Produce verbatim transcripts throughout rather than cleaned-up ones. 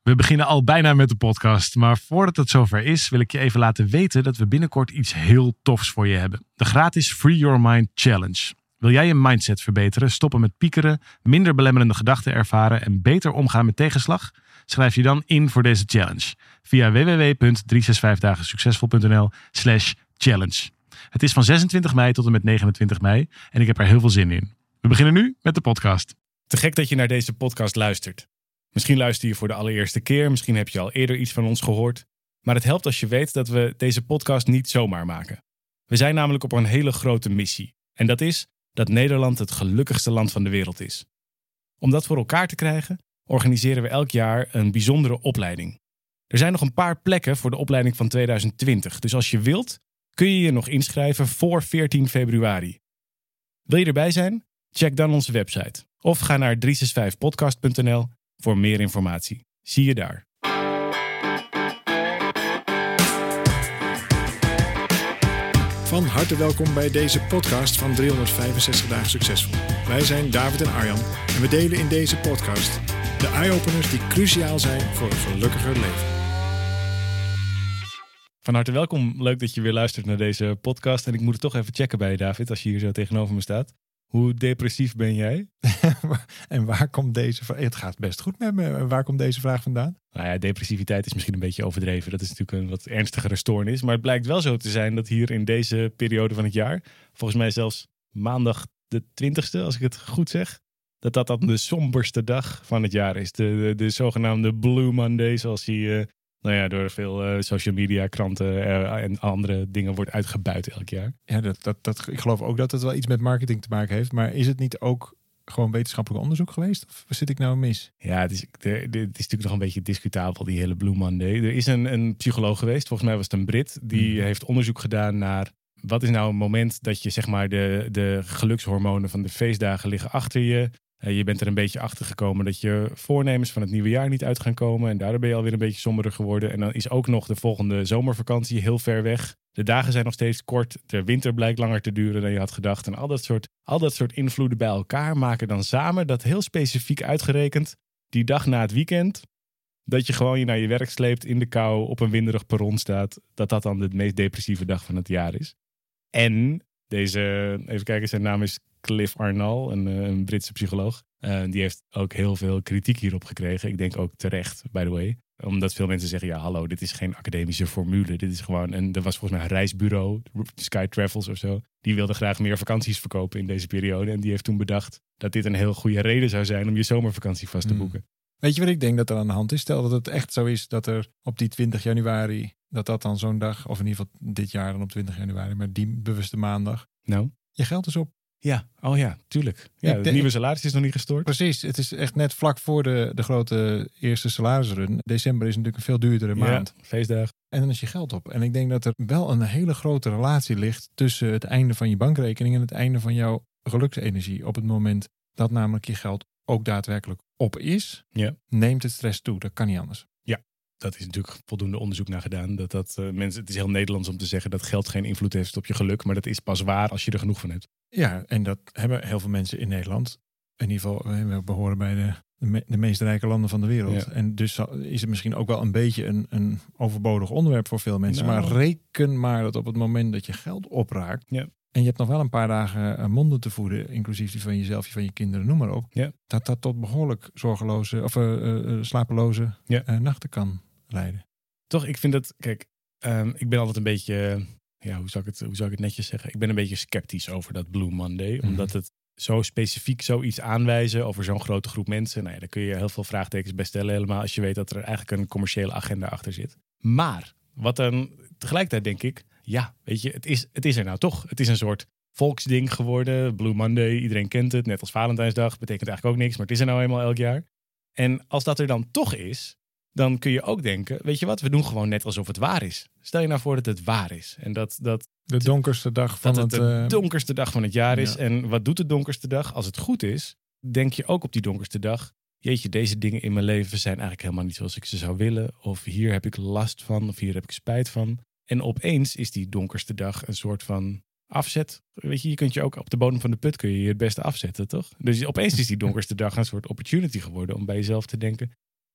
We beginnen al bijna met de podcast, maar voordat het zover is, wil ik je even laten weten dat we binnenkort iets heel tofs voor je hebben. De gratis Free Your Mind Challenge. Wil jij je mindset verbeteren, stoppen met piekeren, minder belemmerende gedachten ervaren en beter omgaan met tegenslag? Schrijf je dan in voor deze challenge via www punt driehonderdzesenzestig dagen succesvol punt n l slash challenge. Het is van zesentwintig mei tot en met negenentwintig mei en ik heb er heel veel zin in. We beginnen nu met de podcast. Te gek dat je naar deze podcast luistert. Misschien luister je voor de allereerste keer, misschien heb je al eerder iets van ons gehoord. Maar het helpt als je weet dat we deze podcast niet zomaar maken. We zijn namelijk op een hele grote missie. En dat is dat Nederland het gelukkigste land van de wereld is. Om dat voor elkaar te krijgen, organiseren we elk jaar een bijzondere opleiding. Er zijn nog een paar plekken voor de opleiding van tweeduizend twintig. Dus als je wilt, kun je je nog inschrijven voor veertien februari. Wil je erbij zijn? Check dan onze website. Of ga naar driehonderdzesenzestig podcast punt n l voor meer informatie. Zie je daar. Van harte welkom bij deze podcast van driehonderdvijfenzestig dagen succesvol. Wij zijn David en Arjan en we delen in deze podcast de eye-openers die cruciaal zijn voor een gelukkiger leven. Van harte welkom. Leuk dat je weer luistert naar deze podcast. En ik moet het toch even checken bij je, David, als je hier zo tegenover me staat. Hoe depressief ben jij? En waar komt deze vraag? Het gaat best goed met me. Waar komt deze vraag vandaan? Nou ja, depressiviteit is misschien een beetje overdreven. Dat is natuurlijk een wat ernstigere stoornis. Maar het blijkt wel zo te zijn dat hier in deze periode van het jaar, volgens mij zelfs maandag de twintigste, als ik het goed zeg, dat dat dan de somberste dag van het jaar is. De, de, de zogenaamde Blue Monday, zoals die uh, nou ja, door veel uh, social media, kranten uh, en andere dingen wordt uitgebuit elk jaar. Ja, dat, dat, dat, ik geloof ook dat het wel iets met marketing te maken heeft. Maar is het niet ook gewoon wetenschappelijk onderzoek geweest? Of zit ik nou mis? Ja, het is, het is natuurlijk nog een beetje discutabel, die hele Blue Monday. Er is een, een psycholoog geweest, volgens mij was het een Brit, die hmm. heeft onderzoek gedaan naar wat is nou een moment dat je zeg maar de, de gelukshormonen van de feestdagen liggen achter je. Uh, je bent er een beetje achter gekomen dat je voornemens van het nieuwe jaar niet uit gaan komen. En daardoor ben je alweer een beetje somberer geworden. En dan is ook nog de volgende zomervakantie heel ver weg. De dagen zijn nog steeds kort. De winter blijkt langer te duren dan je had gedacht. En al dat soort, al dat soort invloeden bij elkaar maken dan samen dat heel specifiek uitgerekend die dag na het weekend, dat je gewoon je naar je werk sleept in de kou, op een winderig perron staat, dat dat dan de meest depressieve dag van het jaar is. En deze, even kijken, zijn naam is Cliff Arnall, een, een Britse psycholoog. Uh, die heeft ook heel veel kritiek hierop gekregen. Ik denk ook terecht, by the way. Omdat veel mensen zeggen, ja hallo, dit is geen academische formule. Dit is gewoon, en er was volgens mij een reisbureau, Sky Travels of zo. Die wilde graag meer vakanties verkopen in deze periode. En die heeft toen bedacht dat dit een heel goede reden zou zijn om je zomervakantie vast te boeken. Hmm. Weet je wat ik denk dat er aan de hand is? Stel dat het echt zo is dat er op die twintig januari, dat dat dan zo'n dag, of in ieder geval dit jaar dan op twintig januari, maar die bewuste maandag. Nou? Je geld is op. Ja, oh ja, tuurlijk. Ja, het nieuwe salaris is nog niet gestort. Precies, het is echt net vlak voor de, de grote eerste salarisrun. December is natuurlijk een veel duurdere maand. Ja, feestdag. En dan is je geld op. En ik denk dat er wel een hele grote relatie ligt tussen het einde van je bankrekening en het einde van jouw geluksenergie. Op het moment dat namelijk je geld ook daadwerkelijk op is, ja, neemt het stress toe. Dat kan niet anders. Ja, dat is natuurlijk voldoende onderzoek naar gedaan. Dat dat, uh, mensen, het is heel Nederlands om te zeggen dat geld geen invloed heeft op je geluk. Maar dat is pas waar als je er genoeg van hebt. Ja, en dat hebben heel veel mensen in Nederland. In ieder geval, we behoren bij de, de, me, de meest rijke landen van de wereld. Ja. En dus is het misschien ook wel een beetje een, een overbodig onderwerp voor veel mensen. Nou. Maar reken maar dat op het moment dat je geld opraakt, ja, en je hebt nog wel een paar dagen monden te voeden, inclusief die van jezelf, die van je kinderen, noem maar op. Ja. Dat dat tot behoorlijk zorgeloze of uh, uh, slapeloze ja. uh, nachten kan leiden. Toch, ik vind dat, kijk, um, ik ben altijd een beetje, ja, hoe zou ik het, hoe zou ik het netjes zeggen? Ik ben een beetje sceptisch over dat Blue Monday, mm-hmm. omdat het zo specifiek zoiets aanwijzen over zo'n grote groep mensen. Nou ja, daar kun je heel veel vraagtekens bij stellen, helemaal als je weet dat er eigenlijk een commerciële agenda achter zit. Maar, wat dan tegelijkertijd denk ik, ja, weet je, het is, het is er nou toch. Het is een soort volksding geworden. Blue Monday, iedereen kent het. Net als Valentijnsdag, betekent eigenlijk ook niks. Maar het is er nou eenmaal elk jaar. En als dat er dan toch is, dan kun je ook denken, weet je wat, we doen gewoon net alsof het waar is. Stel je nou voor dat het waar is. En dat, dat de donkerste dag van dat het, het... de uh... donkerste dag van het jaar is. Ja. En wat doet de donkerste dag? Als het goed is, denk je ook op die donkerste dag, jeetje, deze dingen in mijn leven zijn eigenlijk helemaal niet zoals ik ze zou willen. Of hier heb ik last van, of hier heb ik spijt van. En opeens is die donkerste dag een soort van afzet. Weet je, je kunt je ook op de bodem van de put kun je je het beste afzetten, toch? Dus opeens is die donkerste dag een soort opportunity geworden om bij jezelf te denken,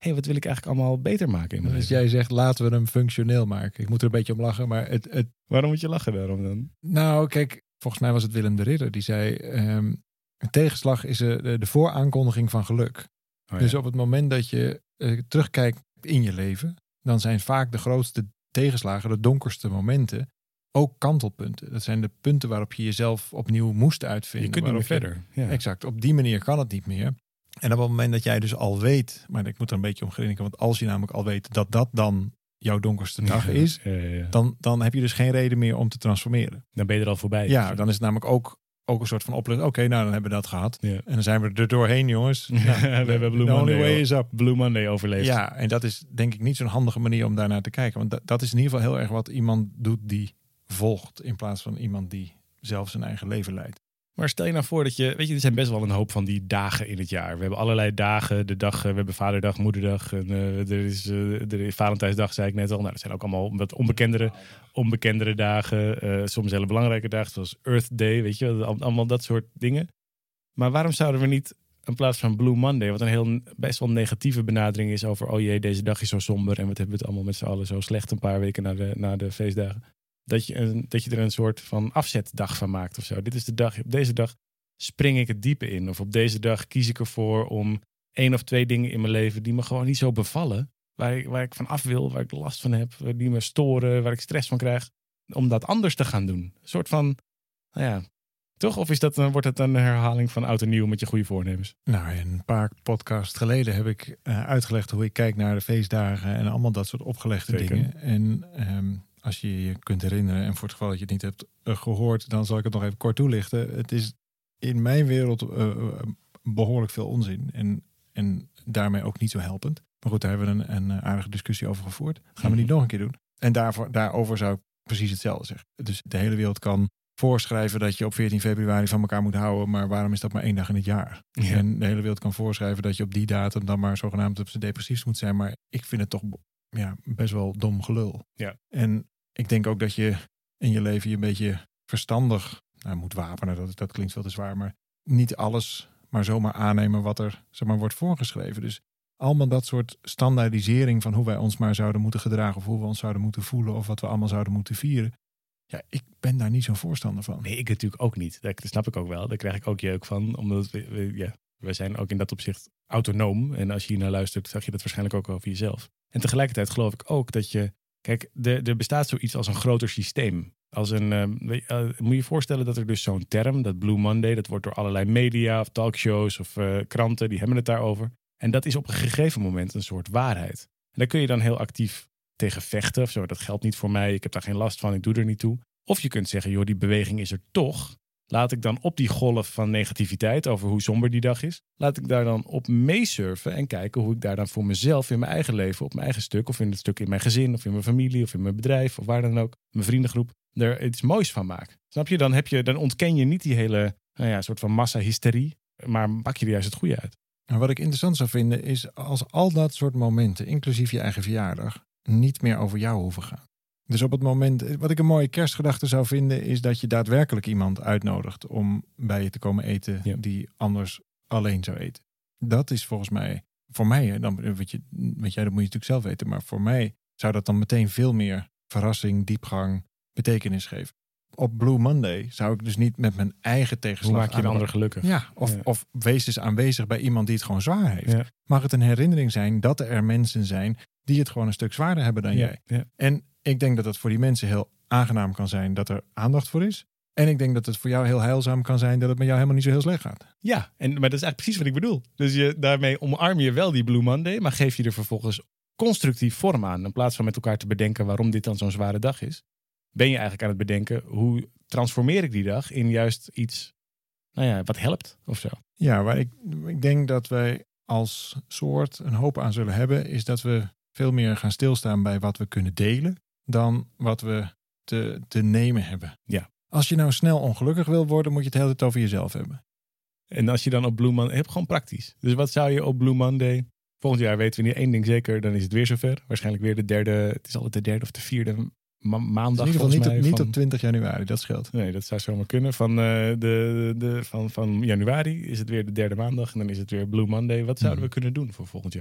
hey, wat wil ik eigenlijk allemaal beter maken in mijn Dus leven? jij zegt, laten we hem functioneel maken. Ik moet er een beetje om lachen, maar het... het... Waarom moet je lachen daarom dan? Nou, kijk, volgens mij was het Willem de Ridder. Die zei, um, een tegenslag is de, de vooraankondiging van geluk. Oh, ja. Dus op het moment dat je uh, terugkijkt in je leven, dan zijn vaak de grootste tegenslagen, de donkerste momenten, ook kantelpunten. Dat zijn de punten waarop je jezelf opnieuw moest uitvinden. Je kunt niet meer verder. Ja. Exact, op die manier kan het niet meer. En op het moment dat jij dus al weet, maar ik moet er een beetje om grinniken, want als je namelijk al weet dat dat dan jouw donkerste dag ja, is, ja, ja, ja. Dan, dan heb je dus geen reden meer om te transformeren. Dan ben je er al voorbij. Ja, dan is het namelijk ook, ook een soort van opluchting. Oké, okay, nou dan hebben we dat gehad. Ja. En dan zijn we er doorheen, jongens. Nou, we hebben Blue the Monday, only way is up. Blue Monday overleefd. Ja, en dat is denk ik niet zo'n handige manier om daarnaar te kijken. Want dat, dat is in ieder geval heel erg wat iemand doet die volgt, in plaats van iemand die zelf zijn eigen leven leidt. Maar stel je nou voor dat je, weet je, er zijn best wel een hoop van die dagen in het jaar. We hebben allerlei dagen, de dag, we hebben Vaderdag, Moederdag, en uh, er is uh, er is Valentijnsdag, zei ik net al. Nou, dat zijn ook allemaal wat onbekendere, onbekendere dagen, uh, soms hele belangrijke dagen, zoals Earth Day, weet je, allemaal dat soort dingen. Maar waarom zouden we niet, in plaats van Blue Monday, wat een heel best wel negatieve benadering is over, oh jee, deze dag is zo somber en wat hebben we het allemaal met z'n allen zo slecht een paar weken na de, na de feestdagen. Dat je, een, dat je er een soort van afzetdag van maakt of zo. Dit is de dag, op deze dag spring ik het diepe in. Of op deze dag kies ik ervoor om één of twee dingen in mijn leven die me gewoon niet zo bevallen. Waar ik, waar ik van af wil, waar ik last van heb, die me storen, waar ik stress van krijg. Om dat anders te gaan doen. Een soort van, nou ja, toch? Of is dat, wordt het een herhaling van oud en nieuw met je goede voornemens? Nou, een paar podcasts geleden heb ik uh, uitgelegd hoe ik kijk naar de feestdagen en allemaal dat soort opgelegde Zeker. dingen. En um, als je je kunt herinneren, en voor het geval dat je het niet hebt uh, gehoord, dan zal ik het nog even kort toelichten. Het is in mijn wereld uh, behoorlijk veel onzin en, en daarmee ook niet zo helpend. Maar goed, daar hebben we een, een aardige discussie over gevoerd. Dat gaan we niet nog een keer doen. En daarvoor, daarover zou ik precies hetzelfde zeggen. Dus de hele wereld kan voorschrijven dat je op veertien februari van elkaar moet houden, maar waarom is dat maar één dag in het jaar? Ja. En de hele wereld kan voorschrijven dat je op die datum dan maar zogenaamd op zijn depressief moet zijn, maar ik vind het toch ja, best wel dom gelul. Ja. En ik denk ook dat je in je leven je een beetje verstandig nou, moet wapenen, dat, dat klinkt veel te zwaar, maar niet alles maar zomaar aannemen wat er zeg maar, wordt voorgeschreven. Dus allemaal dat soort standaardisering van hoe wij ons maar zouden moeten gedragen of hoe we ons zouden moeten voelen of wat we allemaal zouden moeten vieren. Ja, ik ben daar niet zo'n voorstander van. Nee, ik natuurlijk ook niet. Dat snap ik ook wel. Daar krijg ik ook jeuk van. Omdat we, we, ja, we zijn ook in dat opzicht autonoom. En als je hier naar luistert, zag je dat waarschijnlijk ook over jezelf. En tegelijkertijd geloof ik ook dat je... Kijk, de, er bestaat zoiets als een groter systeem. Als een, uh, uh, moet je je voorstellen dat er dus zo'n term, dat Blue Monday, dat wordt door allerlei media of talkshows of uh, kranten, die hebben het daarover. En dat is op een gegeven moment een soort waarheid. En daar kun je dan heel actief tegen vechten of zo. Dat geldt niet voor mij, ik heb daar geen last van, ik doe er niet toe. Of je kunt zeggen, joh, die beweging is er toch. Laat ik dan op die golf van negativiteit over hoe somber die dag is, laat ik daar dan op meesurfen en kijken hoe ik daar dan voor mezelf in mijn eigen leven, op mijn eigen stuk, of in het stuk in mijn gezin, of in mijn familie, of in mijn bedrijf, of waar dan ook, mijn vriendengroep, er iets moois van maak. Snap je? Dan, heb je, dan ontken je niet die hele nou ja, soort van massa-hysterie, maar pak je er juist het goede uit. En wat ik interessant zou vinden is als al dat soort momenten, inclusief je eigen verjaardag, niet meer over jou hoeven gaan. Dus op het moment, wat ik een mooie kerstgedachte zou vinden, is dat je daadwerkelijk iemand uitnodigt om bij je te komen eten ja. die anders alleen zou eten. Dat is volgens mij, voor mij, dan weet, je, weet jij, dat moet je natuurlijk zelf weten, maar voor mij zou dat dan meteen veel meer verrassing, diepgang, betekenis geven. Op Blue Monday zou ik dus niet met mijn eigen tegenslag... Hoe maak je de ander gelukkig? Ja, of, ja. of wees dus aanwezig bij iemand die het gewoon zwaar heeft. Ja. Mag het een herinnering zijn dat er mensen zijn die het gewoon een stuk zwaarder hebben dan ja. jij. Ja. En ik denk dat het voor die mensen heel aangenaam kan zijn dat er aandacht voor is. En ik denk dat het voor jou heel heilzaam kan zijn dat het met jou helemaal niet zo heel slecht gaat. Ja, en, maar dat is eigenlijk precies wat ik bedoel. Dus je, daarmee omarm je wel die Blue Monday, maar geef je er vervolgens constructief vorm aan. In plaats van met elkaar te bedenken waarom dit dan zo'n zware dag is, ben je eigenlijk aan het bedenken, hoe transformeer ik die dag in juist iets, nou ja, wat helpt of zo. Ja, waar ik, ik denk dat wij als soort een hoop aan zullen hebben, is dat we veel meer gaan stilstaan bij wat we kunnen delen dan wat we te, te nemen hebben. Ja. Als je nou snel ongelukkig wil worden, moet je het de hele tijd over jezelf hebben. En als je dan op Blue Monday, heb gewoon praktisch. Dus wat zou je op Blue Monday, volgend jaar weten we niet één ding zeker, dan is het weer zover. Waarschijnlijk weer de derde, het is altijd de derde of de vierde ma- maandag. In ieder geval niet, mij, op, niet van, op twintig januari, dat scheelt. Nee, dat zou zomaar kunnen. Van, uh, de, de, de, van, van januari is het weer de derde maandag en dan is het weer Blue Monday. Wat zouden hmm. we kunnen doen voor volgend jaar?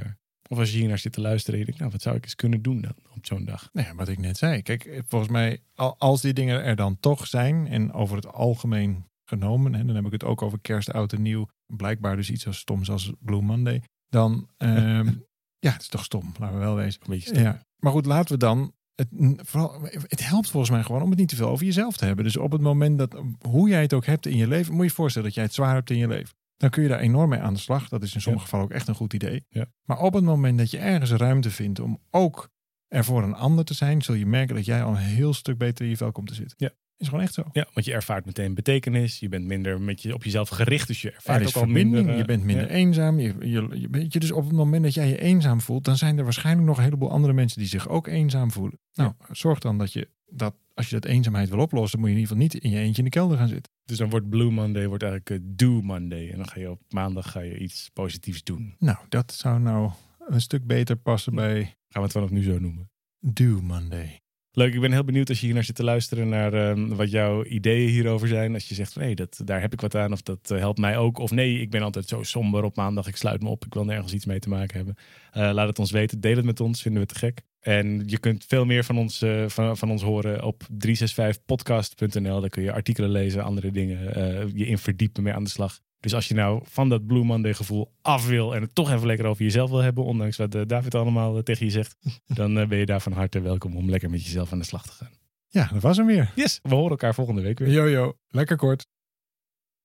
Of als je hier naar zit te luisteren en je denkt, nou, wat zou ik eens kunnen doen dan op zo'n dag? Nou ja, wat ik net zei. Kijk, volgens mij, als die dingen er dan toch zijn en over het algemeen genomen, en dan heb ik het ook over kerst, oud en nieuw, blijkbaar dus iets zo stoms als Blue Monday, dan, um, ja, het is toch stom, laten we wel wezen. Een beetje stom. Ja. Maar goed, laten we dan, het, vooral, het helpt volgens mij gewoon om het niet te veel over jezelf te hebben. Dus op het moment dat, hoe jij het ook hebt in je leven, moet je je voorstellen dat jij het zwaar hebt in je leven. Dan kun je daar enorm mee aan de slag. Dat is in sommige ja. gevallen ook echt een goed idee. Ja. Maar op het moment dat je ergens ruimte vindt om ook er voor een ander te zijn, zul je merken dat jij al een heel stuk beter in je vel komt te zitten. Ja. Is gewoon echt zo. Ja, want je ervaart meteen betekenis. Je bent minder met je, op jezelf gericht. Dus je ervaart er is ook al verbinding. minder. Uh, je bent minder ja. eenzaam. Je, je, je, je, dus op het moment dat jij je eenzaam voelt, dan zijn er waarschijnlijk nog een heleboel andere mensen die zich ook eenzaam voelen. Nou, ja. zorg dan dat je dat, als je dat eenzaamheid wil oplossen, moet je in ieder geval niet in je eentje in de kelder gaan zitten. Dus dan wordt Blue Monday wordt eigenlijk uh, Do Monday. En dan ga je op maandag ga je iets positiefs doen. Nou, dat zou nou een stuk beter passen bij... Gaan we het vanaf nu zo noemen. Do Monday. Leuk, ik ben heel benieuwd als je hier naar zit te luisteren naar uh, wat jouw ideeën hierover zijn. Als je zegt van hé, dat, daar heb ik wat aan of dat uh, helpt mij ook. Of nee, ik ben altijd zo somber op maandag, ik sluit me op. Ik wil nergens iets mee te maken hebben. Uh, laat het ons weten, deel het met ons, vinden we te gek. En je kunt veel meer van ons, uh, van, van ons horen op driehonderdzesenzestig podcast punt n l. Daar kun je artikelen lezen, andere dingen, uh, je in verdiepen, mee aan de slag. Dus als je nou van dat Blue Monday gevoel af wil en het toch even lekker over jezelf wil hebben, ondanks wat uh, David allemaal uh, tegen je zegt, dan uh, ben je daar van harte welkom om lekker met jezelf aan de slag te gaan. Ja, dat was hem weer. Yes, we horen elkaar volgende week weer. Yo, yo. Lekker kort.